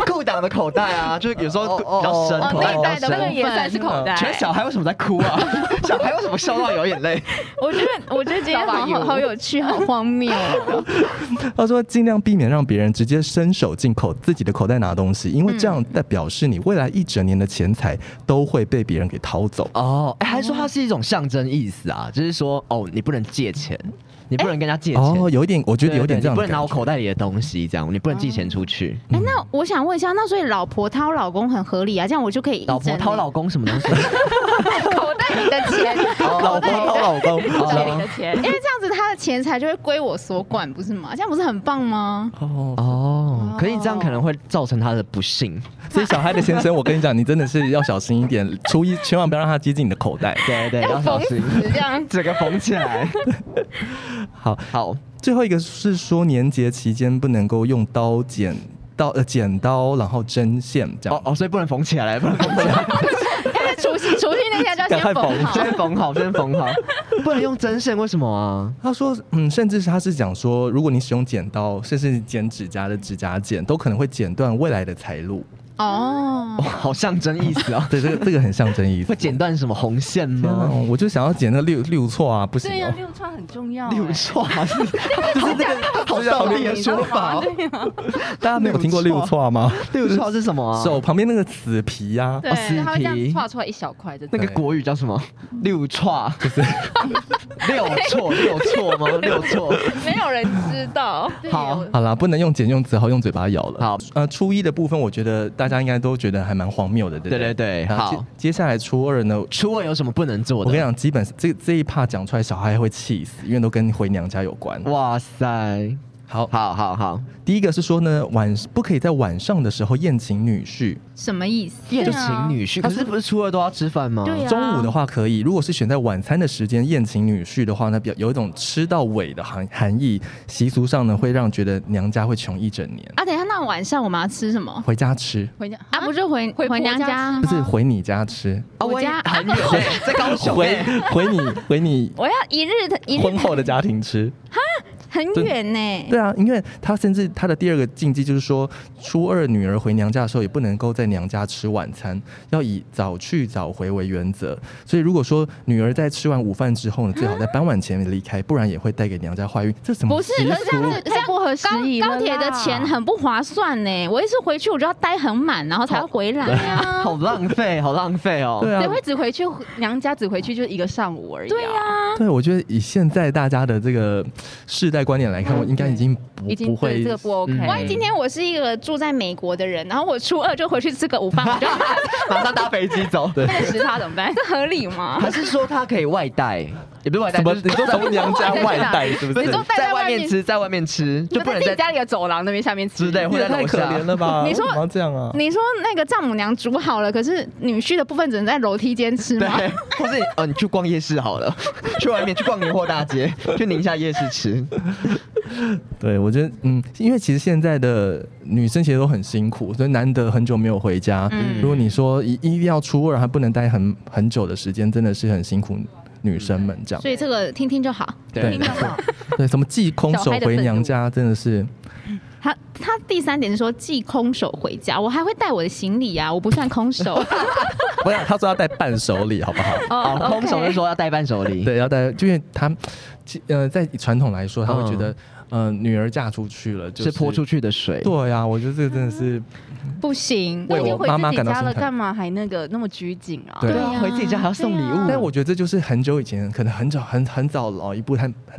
Speaker 1: 裤裆的口袋啊，就是有时候比较深，口袋比较深。
Speaker 2: 也算是口袋。
Speaker 1: 请问小孩为什么在哭啊？小孩为什么笑到有眼泪？
Speaker 5: 我觉得今天好有趣，好荒谬。
Speaker 3: 他说尽量避免让别人直接伸手进自己的口袋拿东西，因为这样代表是你未来一整年的钱财都会被别人给掏走。
Speaker 1: 哦，还是说它是一种象征意思啊？就是说，你不能借钱。你不能跟人家借钱
Speaker 3: 哦，有一点，我觉得有点这样的感觉。
Speaker 1: 你不能拿我口袋里的东西，这样你不能寄钱出去。
Speaker 5: 那我想问一下，那所以老婆掏老公很合理啊？这样我就可以
Speaker 1: 老婆掏老公什么东西？
Speaker 5: 口袋里的钱，
Speaker 3: 老婆掏老公
Speaker 2: 口袋里的钱，
Speaker 5: 因为这样子他的钱财就会归我所管，不是吗？这样不是很棒吗？
Speaker 1: 可是你这样可能会造成他的不幸。
Speaker 3: 所以小孩的先生，我跟你讲，你真的是要小心一点，初一千万不要让他接近你的口袋。
Speaker 1: 对，要小心，
Speaker 5: 这样
Speaker 1: 整个缝起来。好，
Speaker 3: 最后一个是说年节期间不能够用剪刀，然后针线这样。
Speaker 1: 所以不能缝起来，不能缝起来。
Speaker 5: 除夕那天就要
Speaker 1: 先缝好，不能用针线，为什么啊？
Speaker 3: 他说，甚至是他是讲说，如果你使用剪刀，甚至剪指甲的指甲剪，都可能会剪断未来的财路。
Speaker 1: 好象征意思啊！
Speaker 3: 对，这个很象征意思。
Speaker 1: 会剪断什么红线吗？
Speaker 3: 我就想要剪那六错啊，不行。
Speaker 2: 对呀，六错很重要。
Speaker 1: 六错就是这个好道理的说法。
Speaker 3: 大家没有听过六错吗？
Speaker 1: 六错是什么啊？
Speaker 3: 手旁边那个死皮呀，
Speaker 2: 对，它会这样画出来一小块的。
Speaker 1: 那个国语叫什么？六错，就是六错吗？六错，
Speaker 2: 没有人知道。
Speaker 3: 好啦，不能用剪，只好用嘴巴咬了。
Speaker 1: 好，
Speaker 3: 初一的部分，我觉得大家应该都觉得还蛮荒谬的，对不对？
Speaker 1: 对，好。
Speaker 3: 接下来初二呢？
Speaker 1: 初二有什么不能做的？
Speaker 3: 我跟你讲，基本这一趴讲出来，小孩会气死，因为都跟回娘家有关。
Speaker 1: 哇塞！好，
Speaker 3: 第一个是说呢，不可以在晚上的时候宴请女婿。
Speaker 5: 什么意思？
Speaker 1: 宴请女婿，可是不是初二都要吃饭吗？
Speaker 5: 对啊。
Speaker 3: 中午的话可以，如果是选在晚餐的时间宴請女婿的话呢，有一种吃到尾的含义。习俗上呢，会让觉得娘家会穷一整年。
Speaker 5: 等一下，那晚上我们要吃什么？
Speaker 3: 回家吃。
Speaker 2: 回家
Speaker 5: 不是回娘家，
Speaker 3: 不是回你家吃。
Speaker 5: 我家
Speaker 1: 很远，在高雄。
Speaker 3: 回你，
Speaker 5: 我要一日
Speaker 3: 婚后的家庭吃。
Speaker 5: 很远呢。
Speaker 3: 对啊，因为他甚至他的第二个禁忌就是说，初二女儿回娘家的时候也不能够在娘家吃晚餐，要以早去早回为原则。所以如果说女儿在吃完午饭之后呢，最好在傍晚前离开，不然也会带给娘家坏运。这什么？
Speaker 5: 不是，可是这样子太不合时宜了。高铁的钱很不划算呢。我一次回去我就要待很满，然后才回来啊。
Speaker 1: 好浪费哦。
Speaker 3: 对啊，
Speaker 2: 谁会只回去娘家只回去就一个上午而已？
Speaker 5: 对啊。
Speaker 3: 对，我觉得以现在大家的这个世代观念来看，我应该已经不会
Speaker 2: 这个不 OK。
Speaker 5: 万一今天我是一个住在美国的人，然后我初二就回去吃个午饭，我就
Speaker 1: 马上搭飞机走。
Speaker 2: 对，时差怎么办？
Speaker 5: 这合理吗？
Speaker 1: 还是说他可以外带？也不是外带，
Speaker 3: 你说从娘家外带是不是？
Speaker 2: 你说
Speaker 1: 在外面吃，就不能在
Speaker 2: 家里的走廊那边下面吃，
Speaker 1: 对，或者
Speaker 3: 太可怜了吧？
Speaker 5: 你说
Speaker 3: 要这样啊？
Speaker 5: 你说那个丈母娘煮好了，可是女婿的部分只能在楼梯间吃吗？
Speaker 1: 对，或是你去逛夜市好了，去外面去逛年货大街，去宁夏夜市吃。
Speaker 3: 对，我觉得因为其实现在的女生其实都很辛苦，所以难得很久没有回家。如果你说一定要初二还不能待很久的时间，真的是很辛苦女生们这样。
Speaker 5: 所以这个听听就好，
Speaker 1: 对，
Speaker 3: 对，什么祭空手回娘家，真的是。
Speaker 5: 他第三点是说寄空手回家，我还会带我的行李啊，我不算空手。
Speaker 3: 不是，他说要带伴手礼，好不好？
Speaker 1: 空手是说要带伴手礼，
Speaker 3: 对，要带，就因为他在传统来说，他会觉得女儿嫁出去了就是
Speaker 1: 泼出去的水。
Speaker 3: 对呀，我觉得这个真的是
Speaker 5: 不行。
Speaker 3: 为我妈妈感到心疼。
Speaker 2: 干嘛还那么拘谨啊？
Speaker 3: 对
Speaker 1: 啊，回自己家还要送礼物。
Speaker 3: 但我觉得这就是很久以前，可能很早老一辈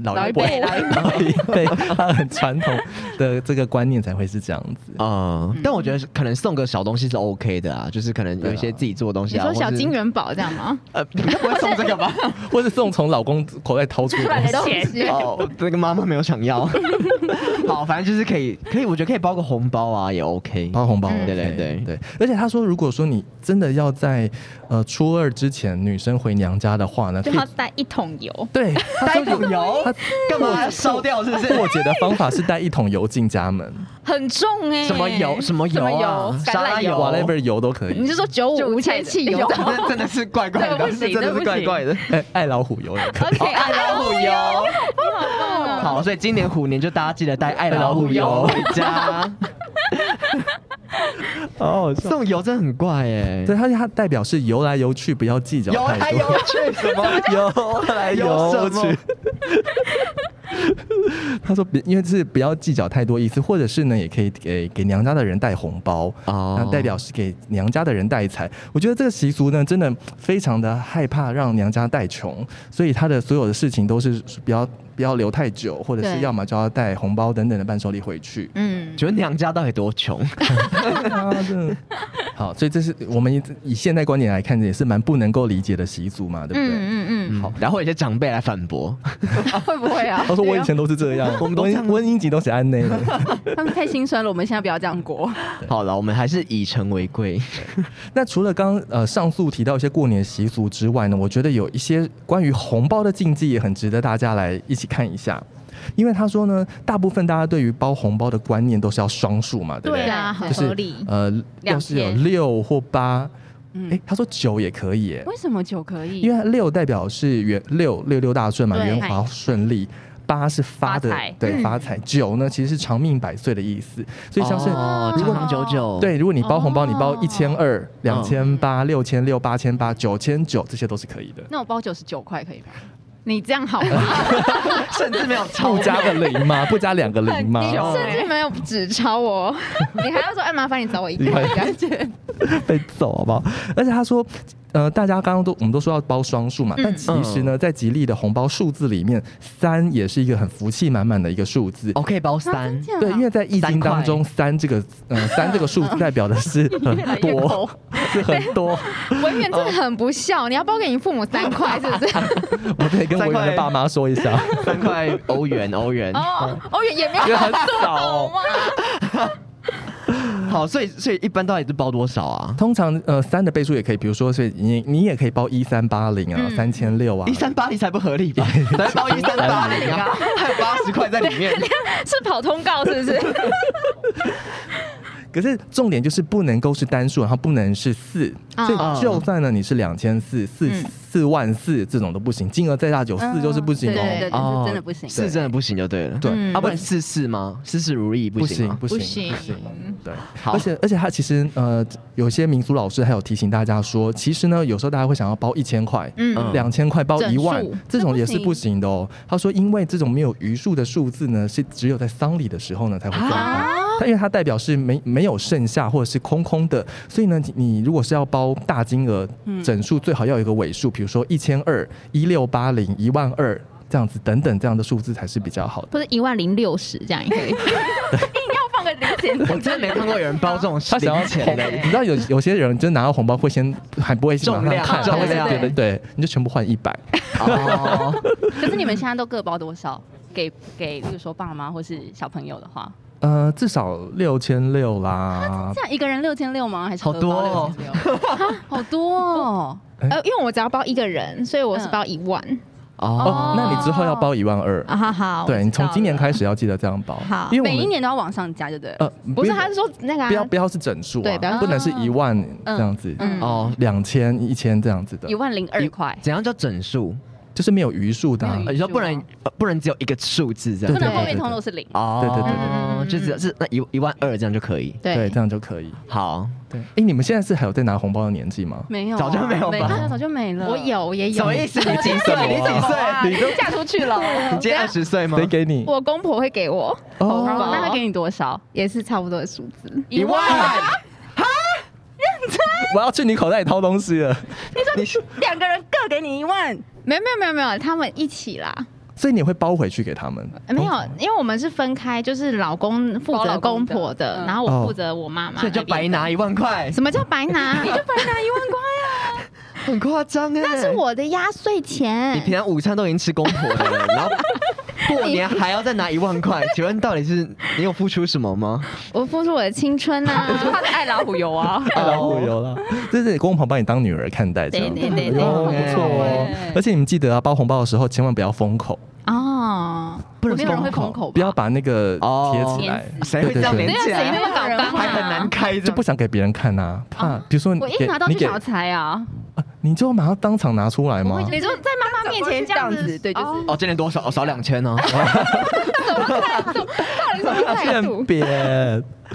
Speaker 3: 他很传统的这个观念才会是这样子
Speaker 1: 但我觉得可能送个小东西是 OK 的啊，就是可能有一些自己做的东西啊。
Speaker 5: 你说小金元宝这样吗？
Speaker 1: 你不会送这个吧？
Speaker 3: 或者送从老公口袋掏出来的
Speaker 2: 东西？
Speaker 1: 这个妈妈没有想要。好，反正就是可以，我觉得可以包个红包啊，也 OK。
Speaker 3: 包红包，
Speaker 1: 对。
Speaker 3: 而且他说，如果说你真的要在初二之前女生回娘家的话呢，
Speaker 5: 就要带一桶油。
Speaker 3: 对，
Speaker 1: 带一桶油，他干嘛烧掉？是不是？
Speaker 3: 破解的方法是带一桶油进家门，
Speaker 5: 很重哎。
Speaker 1: 什么油？沙拉油
Speaker 3: ，whatever 油都可以。
Speaker 5: 你是说95无铅汽油？
Speaker 1: 真的是怪怪的，真的是怪怪的。
Speaker 3: 爱老虎油也可以。
Speaker 1: 爱老虎油，好，所以今年虎年就大家记得带爱老虎油回家。
Speaker 3: 好好笑。
Speaker 1: 送油真的很怪哎。
Speaker 3: 对，它代表是游来游去，不要计较
Speaker 1: 游
Speaker 3: 太多。
Speaker 1: 来游去什么？
Speaker 3: 游来游去。他说，因为是不要计较太多意思，或者是呢，也可以给娘家的人带红包，那代表是给娘家的人带财。我觉得这个习俗呢，真的非常的害怕让娘家带穷，所以他的所有的事情都是不要留太久，或者是要么就要带红包等等的伴手礼回去。
Speaker 1: 觉得娘家到底多穷？
Speaker 3: 好，所以这是我们以现代观点来看，也是蛮不能够理解的习俗嘛，对不对？
Speaker 1: 好，然后有些长辈来反驳，
Speaker 2: 会不会啊？
Speaker 3: 他说我以前都是这样，我们温英集都写安内了。
Speaker 2: 他们太心酸了，我们现在不要这样过。
Speaker 1: 好了，我们还是以诚为贵。
Speaker 3: 那除了刚上述提到一些过年习俗之外呢，我觉得有一些关于红包的禁忌也很值得大家来一起看一下。因为他说呢，大部分大家对于包红包的观念都是要双数嘛，对不对？
Speaker 5: 对啊，很合理。
Speaker 3: 要是有6或8，他说9也可以耶。
Speaker 2: 为什么9可以？
Speaker 3: 因为6代表是六大顺嘛，圆滑顺利。8是发的，对，发财。9呢，其实是长命百岁的意思。所以像是
Speaker 1: 长长久久，
Speaker 3: 对，如果你包红包，你包1200、2800、6800、8900、9900，这些都是可以的。
Speaker 2: 那我包99块可以吗？
Speaker 5: 你这样好吗？
Speaker 1: 甚至没有超
Speaker 3: 不加个0吗？不加2个0吗？
Speaker 5: 甚至没有纸钞哦，你还要说麻烦你找我1块，感觉
Speaker 3: 被揍好不好？而且他说。大家刚刚我们都说要包双数嘛，但其实呢，在吉利的红包数字里面，3也是一个很福气满满的一个数字。
Speaker 1: 可以包3，
Speaker 3: 对，因为在易经当中，3这个3这个数字代表的是很多，是很多。
Speaker 5: 文远真的很不孝，你要包给你父母3块，是不是？
Speaker 3: 我可以跟文远的爸妈说一下
Speaker 1: ，3块欧元。
Speaker 5: 欧元也没有
Speaker 3: 很少哦。
Speaker 1: 好，所以一般到底是包多少啊？
Speaker 3: 通常3的倍数也可以，比如说，所以你也可以包1380啊，3600啊
Speaker 1: ，1380才不合理吧？才包1380啊，还有80块在里面，
Speaker 5: 是跑通告是不是？
Speaker 3: 可是重点就是不能够是单数，然后不能是4，所以就算呢你是2400、44000这种都不行，金额再大94就是不行
Speaker 2: 对，真的不行
Speaker 1: ，4真的不行就对了。对，不然44吗？事事如意不行吗？
Speaker 3: 不行。对，而且他其实有些民俗老师还有提醒大家说，其实呢有时候大家会想要包1000块、2000块、包1万，这种也是不行的哦。他说，因为这种没有余数的数字呢，是只有在丧礼的时候呢才会这样包。因为它代表是没有剩下或者是空空的，所以呢，你如果是要包大金额，整数最好要有一个尾数，比如说1200、1680、12000这样子等等这样的数字才是比较好的，
Speaker 5: 或者10060这样也可以。
Speaker 2: 硬要放个0钱，
Speaker 1: 我真的没看过有人包这种0钱的。
Speaker 3: 你知道有些人就拿到红包会先还不会马上看，他会觉得对，你就全部换100。
Speaker 2: 可是你们现在都各包多少？给，比如说爸妈或是小朋友的话。
Speaker 3: 至少6600啦。
Speaker 2: 这样一个人6600吗？还是
Speaker 1: 好多哦，
Speaker 2: 好多哦。
Speaker 5: 因为我只要包1个人，所以我是包1万。
Speaker 3: 那你之后要包12000
Speaker 5: 啊？好，
Speaker 3: 对，你从今年开始要记得这样包。
Speaker 5: 好，
Speaker 3: 因为
Speaker 2: 每一年都要往上加，就对了。
Speaker 5: 不是，他是说那个
Speaker 3: 不要是整数，
Speaker 5: 对，
Speaker 3: 不能是1万这样子，2000、1000这样子的。
Speaker 2: 10002块，
Speaker 1: 怎样叫整数？
Speaker 3: 就是没有余数的，
Speaker 1: 你说不能只有一个数字这样，
Speaker 2: 不能后面通都是0。
Speaker 1: 对，就只是那12000这样就可以，
Speaker 3: 对，这样就可以。
Speaker 1: 好，
Speaker 3: 对，你们现在是还有在拿红包的年纪吗？
Speaker 2: 没有，
Speaker 1: 早就没有吧？
Speaker 2: 早就没了。
Speaker 5: 我也有。
Speaker 1: 什么意思？你几岁？
Speaker 2: 你都嫁出去了？
Speaker 1: 你今年20岁吗？
Speaker 3: 谁给你？
Speaker 5: 我公婆会给我。
Speaker 2: 那他给你多少？
Speaker 5: 也是差不多的数字。
Speaker 1: 1万。
Speaker 3: 我要去你口袋里掏东西了。
Speaker 2: 你说2个人各给你1万？
Speaker 5: 没有，他们一起啦。
Speaker 3: 所以你会包回去给他们？
Speaker 5: 没有，因为我们是分开，就是老公负责公婆的，然后我负责我妈妈。
Speaker 1: 所以就白拿1万块？
Speaker 5: 什么叫白拿？
Speaker 2: 你就白拿1万块啊！
Speaker 1: 很夸张哎！
Speaker 5: 那是我的压岁钱。
Speaker 1: 你平常午餐都已经吃公婆的了，然后过年还要再拿1万块，请问到底是你有付出什么吗？
Speaker 5: 我付出我的青春啊！
Speaker 2: 他在爱老虎油啊，
Speaker 3: 爱老虎油啦，就是公婆把你当女儿看待，这样
Speaker 5: 对，
Speaker 3: 不错哦。而且你们记得啊，包红包的时候千万不要封口
Speaker 5: 哦，
Speaker 2: 不能封口，
Speaker 3: 不要把那个贴起来，
Speaker 1: 谁会这样连起来？
Speaker 5: 谁那么搞刚
Speaker 1: 还很难开，
Speaker 3: 就不想给别人看啊，怕比如说
Speaker 2: 我一拿到就想要拆啊。
Speaker 3: 你就马上当场拿出来吗？
Speaker 5: 你说在妈妈面前这样子，
Speaker 2: 对，就是
Speaker 1: 今年多少？少2000呢？
Speaker 5: 到底什么态度？
Speaker 3: 欠扁。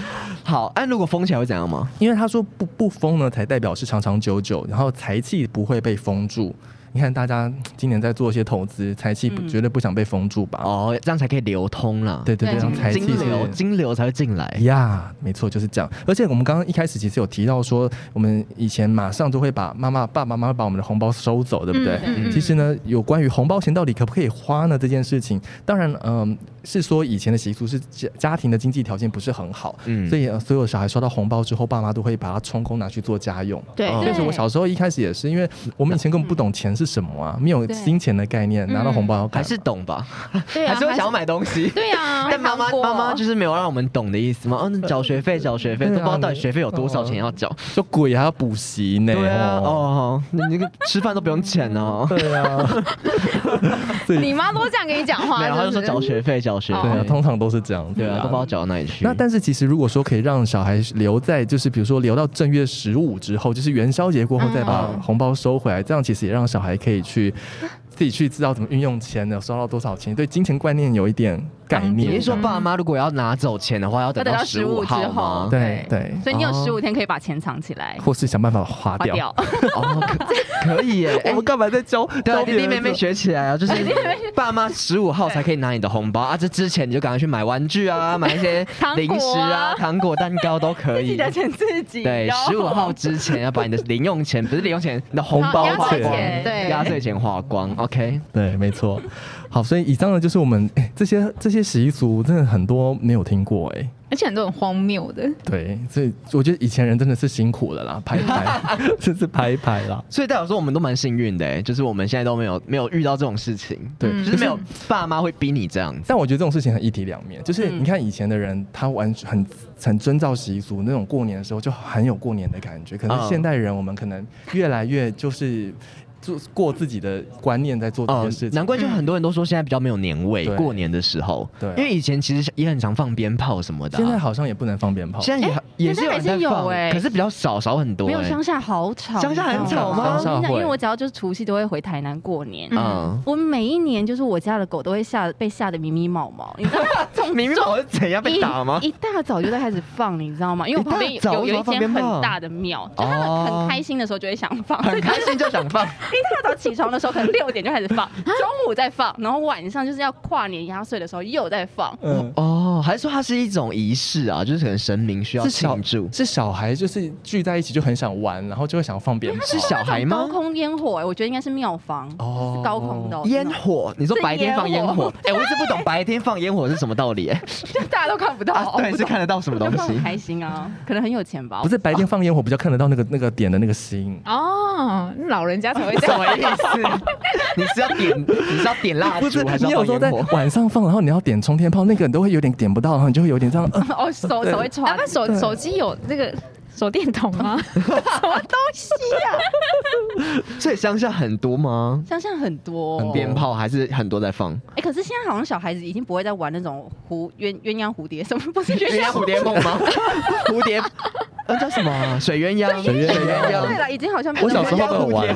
Speaker 1: 好，如果封起来会怎样吗？
Speaker 3: 因为他说不封呢，才代表是长长久久，然后财气不会被封住。你看大家今年在做一些投资，财气绝对不想被封住吧？
Speaker 1: 哦，这样才可以流通啦。
Speaker 3: 对对对，让财气
Speaker 1: 金流才会进来
Speaker 3: 呀，没错，就是这样。而且我们刚刚一开始其实有提到说，我们以前马上就会把爸爸妈妈把我们的红包收走，对不对？其实呢，有关于红包钱到底可不可以花呢这件事情，当然是说以前的习俗是家庭的经济条件不是很好，所以所有小孩收到红包之后，爸妈都会把它充公拿去做家用。
Speaker 5: 对，
Speaker 3: 但是我小时候一开始也是，因为我们以前根本不懂钱是什么啊，没有金钱的概念，拿到红包要干嘛？
Speaker 1: 还是懂吧？
Speaker 5: 对啊，
Speaker 1: 还是会想要买东西。
Speaker 5: 对啊，
Speaker 1: 但妈妈就是没有让我们懂的意思嘛。缴学费，都不知道到底学费有多少钱要缴，
Speaker 3: 就鬼还要补习呢。
Speaker 1: 对啊，哦，你那个吃饭都不用钱哦。
Speaker 3: 对啊，
Speaker 5: 你妈都这样跟你讲话，
Speaker 1: 没有，她就说缴学费。
Speaker 3: 对啊，通常都是这样。
Speaker 1: 对啊，都不知道缴到哪里去。
Speaker 3: 那但是其实如果说可以让小孩留在，就是比如说留到正月15之后，就是元宵节过后再把红包收回来，这样其实也让小孩可以去自己去知道怎么运用钱的，收到多少钱，对金钱观念有一点概念。
Speaker 1: 你是说爸妈如果要拿走钱的话，要等到15号吗？
Speaker 3: 对对。
Speaker 2: 所以你有15天可以把钱藏起来，
Speaker 3: 或是想办法花掉。
Speaker 1: 哦，可以耶！
Speaker 3: 我们干嘛在教？
Speaker 1: 对，弟弟妹妹学起来啊，就是爸妈15号才可以拿你的红包啊，这之前你就赶快去买玩具啊，买一些零食啊、糖果、蛋糕都可以。
Speaker 2: 自己的钱自己。
Speaker 1: 对，15号之前要把你的零用钱，不是零用钱，你的红包花光，
Speaker 5: 对，
Speaker 1: 压岁钱花光。OK，
Speaker 3: 对，没错。好，所以以上呢就是我们这些习俗，真的很多没有听过
Speaker 5: 而且很多很荒谬的。
Speaker 3: 对，所以我觉得以前人真的是辛苦了啦，拍真是拍啦。
Speaker 1: 所以代表说我们都蛮幸运的就是我们现在都没有遇到这种事情，
Speaker 3: 对，
Speaker 1: 就是没有爸妈会逼你这样子。
Speaker 3: 但我觉得这种事情很一体两面，就是你看以前的人，他很遵照习俗，那种过年的时候就很有过年的感觉。可是现代人，我们可能越来越就是过自己的观念在做这件事情，
Speaker 1: 难怪就很多人都说现在比较没有年味，过年的时候，对，因为以前其实也很常放鞭炮什么的，
Speaker 3: 现在好像也不能放鞭炮，
Speaker 1: 现在也是有人在放，可是比较少很多。
Speaker 2: 没有乡下好吵，
Speaker 1: 乡下很吵吗？
Speaker 2: 因为我只要就是除夕都会回台南过年，我每一年就是我家的狗都会被吓得迷迷毛毛，你知道吗？
Speaker 1: 迷迷毛是怎样被打吗？
Speaker 2: 一大早就在开始放，你知道吗？因为我旁边有一间很大的庙，就他们很开心的时候就会想放，
Speaker 1: 很开心就想放。
Speaker 2: 一大早起床的时候可能6点就开始放，中午再放，然后晚上就是要跨年压岁的时候又在放。
Speaker 1: 还是说它是一种仪式啊？就是可能神明需要庆祝，
Speaker 3: 是小孩就是聚在一起就很想玩，然后就会想放鞭炮。
Speaker 1: 是小孩吗？
Speaker 2: 高空烟火，我觉得应该是庙方是高空的
Speaker 1: 烟火。你说白天放烟火？我一直不懂白天放烟火是什么道理
Speaker 2: 就大家都看不到。
Speaker 1: 对，是看得到什么东西？
Speaker 2: 很开心啊，可能很有钱吧。
Speaker 3: 不是白天放烟火比较看得到那个点的那个星
Speaker 5: 哦，老人家才会这样。
Speaker 1: 什么意思？你是要点蜡烛还是要放烟火？
Speaker 3: 你有时候在晚上放，然后你要点冲天炮，那个人都会有点点不到，然后你就会有点这样。
Speaker 2: 手会穿。
Speaker 5: 那手机有那个手电筒吗？什么东西呀？
Speaker 1: 所以乡下很多吗？
Speaker 2: 乡下很多
Speaker 1: 鞭炮还是很多在放。
Speaker 2: 可是现在好像小孩子已经不会再玩那种鸳鸯蝴蝶，什么不是
Speaker 1: 鸳鸯蝴蝶梦吗？蝴蝶。叫什么？水鸳鸯。
Speaker 3: 水鸳鸯。
Speaker 2: 对了，已经好像
Speaker 3: 我小时候都有玩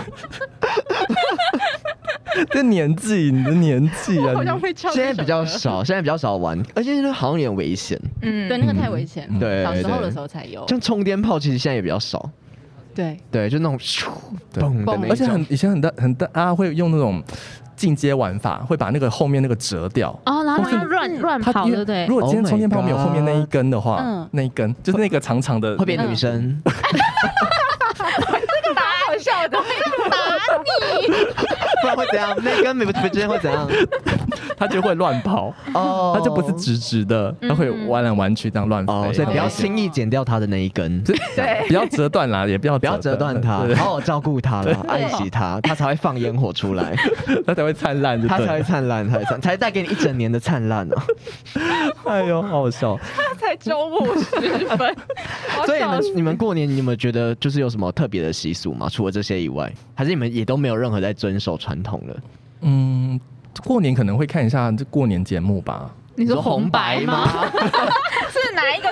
Speaker 3: 这年纪，你的年纪啊，
Speaker 1: 现在比较少玩，而且那好像有点危险。
Speaker 2: 对，那个太危险。
Speaker 1: 对，
Speaker 2: 小时候的时候才有。
Speaker 1: 像冲天炮，其实现在也比较少。对，就那种嘣的那种。
Speaker 3: 而且以前很大家会用那种进阶玩法，会把那个后面那个折掉
Speaker 5: 然后乱跑，对不对？
Speaker 3: 如果今天冲天炮没有后面那一根的话，那一根就是那个长长的，
Speaker 1: 会变女生。
Speaker 2: 这个蛮好笑的，打你，
Speaker 1: 不然会怎样？那根不之间会怎样？
Speaker 3: 他就会乱跑它就不是直直的，他会弯来弯去这样乱飞，
Speaker 1: 所以不要轻易剪掉他的那一根，
Speaker 3: 对，不要折断啦，也不要
Speaker 1: 折断它，好好照顾它啦，爱惜它，它才会放烟火出来，
Speaker 3: 它才会灿烂，
Speaker 1: 它才会灿烂，才带给你1整年的灿烂哦。
Speaker 3: 哎呦，好好笑！
Speaker 2: 他才中午10分，
Speaker 1: 所以你们过年，你们觉得就是有什么特别的习俗吗？除了这些以外，还是你们也都没有任何在遵守传统了？
Speaker 3: 过年可能会看一下这过年节目吧。
Speaker 5: 你说红白吗？
Speaker 2: 是哪一个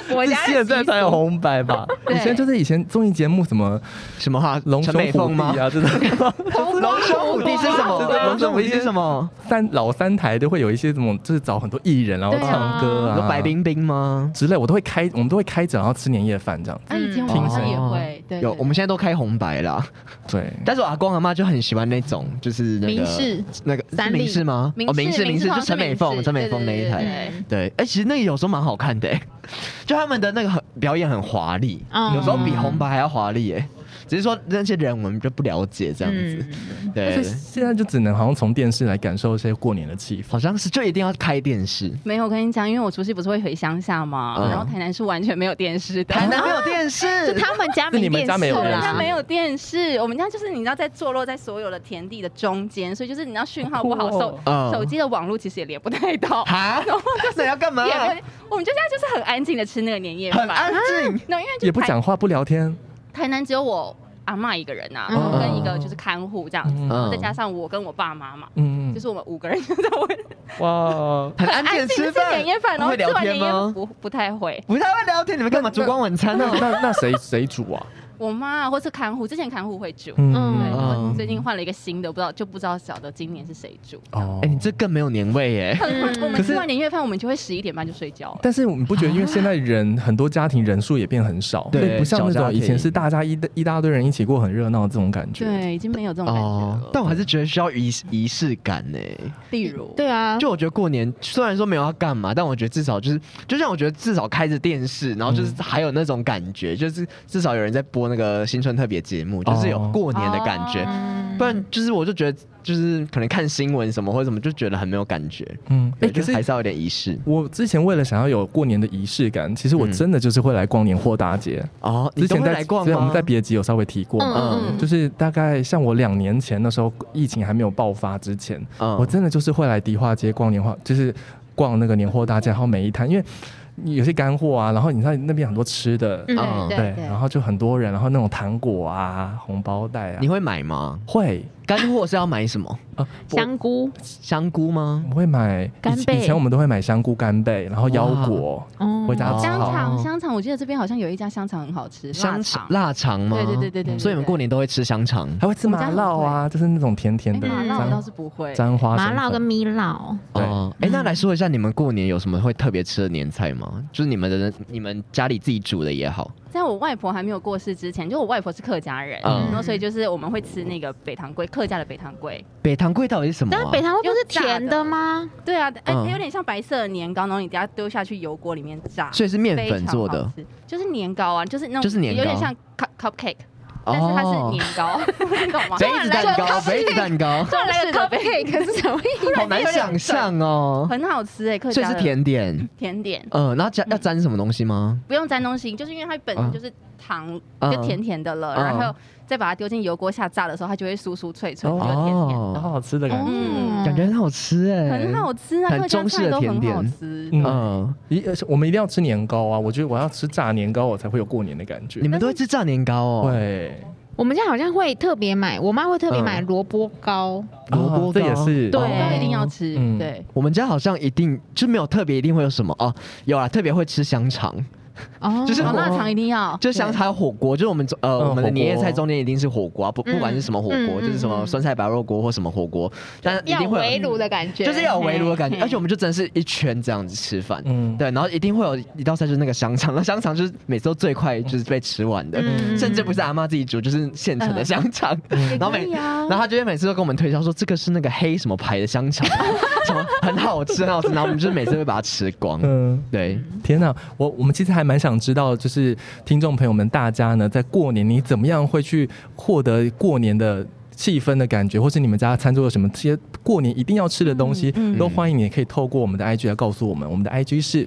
Speaker 5: 国家的
Speaker 3: 现在才有红白吧？以前就是以前综艺节目什么龙兄虎弟啊，这种。
Speaker 1: 龙兄虎弟是什么？龙兄虎弟是什么？
Speaker 3: 老三台都会有一些什么，就是找很多艺人然后唱歌啊，
Speaker 1: 有白冰冰吗
Speaker 3: 之类，我们都会开着然后吃年夜饭这样子。
Speaker 2: 以前我好像也会，对，
Speaker 1: 有，我们现在都开红白啦。
Speaker 3: 对，
Speaker 1: 但是我阿公阿妈就很喜欢那种，就是那个
Speaker 5: 民视
Speaker 1: 那个民视吗？民视就陈美凤那一台。对，其实那个有时候蛮好看的，就他们的那个表演很华丽，有时候比红白还要华丽哎。只是说那些人我们就不了解这样子，对。
Speaker 3: 现在就只能好像从电视来感受一些过年的气氛，
Speaker 1: 好像是就一定要开电视。
Speaker 2: 没有，我跟你讲，因为我除夕不是会回乡下嘛，然后台南是完全没有电视的。
Speaker 1: 台南没有电视，
Speaker 5: 是他们家没电视，
Speaker 3: 你们家没有电视，
Speaker 2: 他没有电视。我们家就是你知道在坐落在所有的田地的中间，所以就是你知道讯号不好，手机的网络其实也连不太到。
Speaker 1: 哈，然后那要干嘛？
Speaker 2: 我们就现在就是很安静的吃那个年夜饭，
Speaker 1: 很安静，
Speaker 2: 因为
Speaker 3: 也不讲话不聊天。
Speaker 2: 台南只有我阿嬷一个人呐，然后跟一个就是看护这样子，然后再加上我跟我爸妈嘛，就是我们5个人就在
Speaker 3: 哇，
Speaker 1: 很安静吃
Speaker 2: 年夜饭，然后吃完年夜不太会
Speaker 1: 聊天，你们干嘛烛光晚餐呢？
Speaker 3: 那谁煮啊？
Speaker 2: 我妈或是看护，之前看护会煮，对，最近换了一个新的，不知道晓得今年是谁煮。
Speaker 1: 你这更没有年味耶！
Speaker 2: 我们吃完年夜饭，我们就会11点半就睡觉了。
Speaker 3: 但是我们不觉得，因为现在很多家庭人数也变很少，对，不像那种以前是大家一大堆人一起过很热闹这种感觉。
Speaker 2: 对，已经没有这种感觉了。
Speaker 1: 但我还是觉得需要仪式感呢。
Speaker 2: 例如，
Speaker 5: 对啊，
Speaker 1: 就我觉得过年虽然说没有要干嘛，但我觉得至少就像我觉得至少开着电视，然后就是还有那种感觉，就是至少有人在播那个新春特别节目，就是有过年的感觉。不然就是我就觉得就是可能看新闻什么或者什么就觉得很没有感觉。可是还是要有点仪式。
Speaker 3: 我之前为了想要有过年的仪式感，其实我真的就是会来逛年货大街。
Speaker 1: 之前来逛吗？
Speaker 3: 我们在别集有稍微提过嘛。就是大概像我2年前那时候疫情还没有爆发之前，我真的就是会来迪化街逛年货，就是逛那个年货大街，然后每一摊因为。有些干货啊，然后你知道那边很多吃的，对，然后就很多人，然后那种糖果啊、红包袋啊，
Speaker 1: 你会买吗？
Speaker 3: 会。
Speaker 1: 干货是要买什么？香菇吗？
Speaker 3: 我会买干贝。以前我们都会买香菇干贝，然后腰果，回家
Speaker 2: 炒。香肠，我记得这边好像有一家香肠很好吃，
Speaker 1: 腊肠吗？
Speaker 2: 对。
Speaker 1: 所以你们过年都会吃香肠，
Speaker 3: 还会吃麻辣啊，就是那种甜甜的。
Speaker 2: 麻辣我倒是不会。
Speaker 3: 沾花
Speaker 5: 麻辣跟米辣。
Speaker 1: 那来说一下你们过年有什么会特别吃的年菜吗？就是你们家里自己煮的也好。
Speaker 2: 在我外婆还没有过世之前，就我外婆是客家人，然后所以就是我们会吃那个北糖粿，客家的北糖粿。
Speaker 1: 北糖粿到底是什么？
Speaker 5: 但北糖粿不是甜的吗？
Speaker 2: 对啊，有点像白色的年糕，然后你等下丢下去油锅里面炸，
Speaker 1: 所以是面粉做的，
Speaker 2: 就是年糕啊，就是那种，
Speaker 1: 就是年糕，
Speaker 2: 有点像 cupcake。但是它是年糕，你懂吗？
Speaker 1: 杯子蛋糕，
Speaker 2: 突然来个 cupcake 是什么意思？
Speaker 1: 好难想象哦。
Speaker 2: 很好吃客家的。
Speaker 1: 所以是甜点。
Speaker 2: 然
Speaker 1: 后要沾什么东西吗？
Speaker 2: 不用沾东西，就是因为它本身就是糖，就甜甜的了，然后再把它丢进油锅下炸的时候，它就会酥酥脆脆，就甜甜的，
Speaker 3: 好好吃的感觉，
Speaker 1: 感觉很好吃
Speaker 2: 很好吃啊，
Speaker 1: 很中式的甜点。
Speaker 3: 我们一定要吃年糕啊！我觉得我要吃炸年糕，我才会有过年的感觉。
Speaker 1: 你们都会吃炸年糕哦？
Speaker 3: 对。
Speaker 5: 我们家好像会特别买，我妈会特别买萝卜糕，
Speaker 3: 这也是
Speaker 2: 对，一定要吃。对，
Speaker 1: 我们家好像一定就没有特别一定会有什么有啦，特别会吃香肠。就是
Speaker 2: 腊肠一定要，
Speaker 1: 就香肠火锅，就是我们的年夜菜中间一定是火锅，不管是什么火锅，就是什么酸菜白肉锅或什么火锅，但一定会有
Speaker 5: 围炉的感觉，
Speaker 1: 就是要有围炉的感觉，而且我们就真的是一圈这样子吃饭，对，然后一定会有一道菜就是那个香肠，那香肠就是每次都最快就是被吃完的，甚至不是阿嬷自己煮，就是现成的香肠，然后他就会每次都跟我们推销说这个是那个黑什么牌的香肠，什么很好吃，然后我们就每次会把它吃光，对，
Speaker 3: 天哪，我们其实还蛮想知道，就是听众朋友们，大家呢在过年你怎么样会去获得过年的气氛的感觉，或是你们家餐桌有什么这些过年一定要吃的东西，都欢迎你可以透过我们的 IG 来告诉我们。我们的 IG 是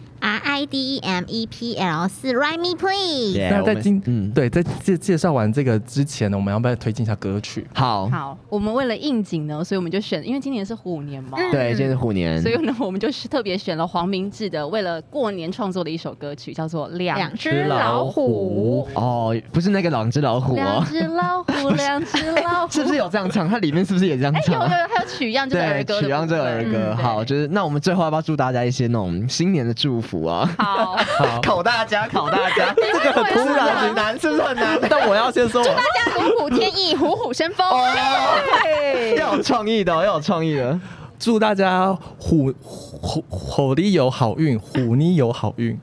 Speaker 5: RIDEMEPL4 ，Write me please。
Speaker 3: 那在介绍完这个之前呢，我们要不要推荐一下歌曲？
Speaker 2: 好，我们为了应景呢，所以我们就选，因为今年是虎年嘛，
Speaker 1: 对，今年是虎年，
Speaker 2: 所以呢，我们就是特别选了黄明志的为了过年创作的一首歌曲，叫做《两只老虎》。
Speaker 1: 不是那个两只老虎
Speaker 2: 两只老虎，两只老虎，
Speaker 1: 是不是有这样唱，它里面是不是也这样唱？
Speaker 2: 有，还有曲样这个儿歌，
Speaker 1: 曲样这个儿歌。好，就是那我们最后要不要祝大家一些那种新年的祝福啊？
Speaker 2: 好，
Speaker 1: 考大家，这个很突然，很难，是不是很难？但我要先说，
Speaker 2: 祝大家虎虎添翼，虎虎生风。
Speaker 1: 要有创意的，
Speaker 3: 祝大家虎里有好运，虎妮有好运。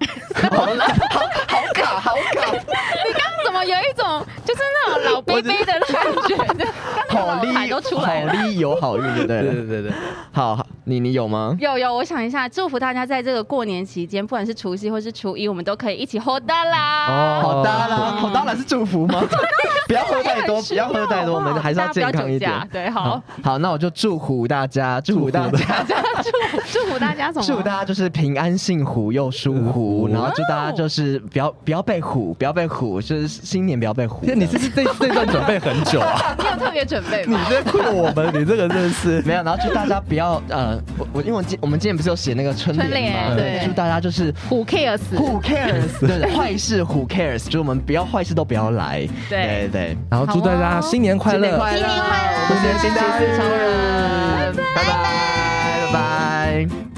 Speaker 1: 好卡！
Speaker 2: 你刚刚怎么有一种就是那种老杯杯的感觉？
Speaker 1: 好
Speaker 2: 力都出来了，
Speaker 1: 好力有好运，对。好，你有吗？
Speaker 2: 有，我想一下，祝福大家在这个过年期间，不管是除夕或是初一，我们都可以一起吼大啦！
Speaker 1: 好大啦是祝福吗？不要喝太多，我们还是要健康一点。
Speaker 2: 对，好，
Speaker 1: 那我就祝福大家什么？
Speaker 2: 祝福大家
Speaker 1: 就是平安幸福又舒服，然后祝大家就是不要被唬，就是新年不要被唬。
Speaker 3: 你是这段准备很久啊？
Speaker 2: 你有特别准备吗？
Speaker 3: 你在困我们，你这个真的是
Speaker 1: 没有。然后祝大家不要因为我们今天不是有写那个春联吗？
Speaker 2: 对，
Speaker 1: 祝大家就是
Speaker 2: Who cares？
Speaker 1: 对，坏事 Who cares？ 就是我们不要坏事都不要来。对。
Speaker 3: 然后祝大家新年快乐，
Speaker 5: 新年快乐，
Speaker 1: 新年新气超人，拜拜。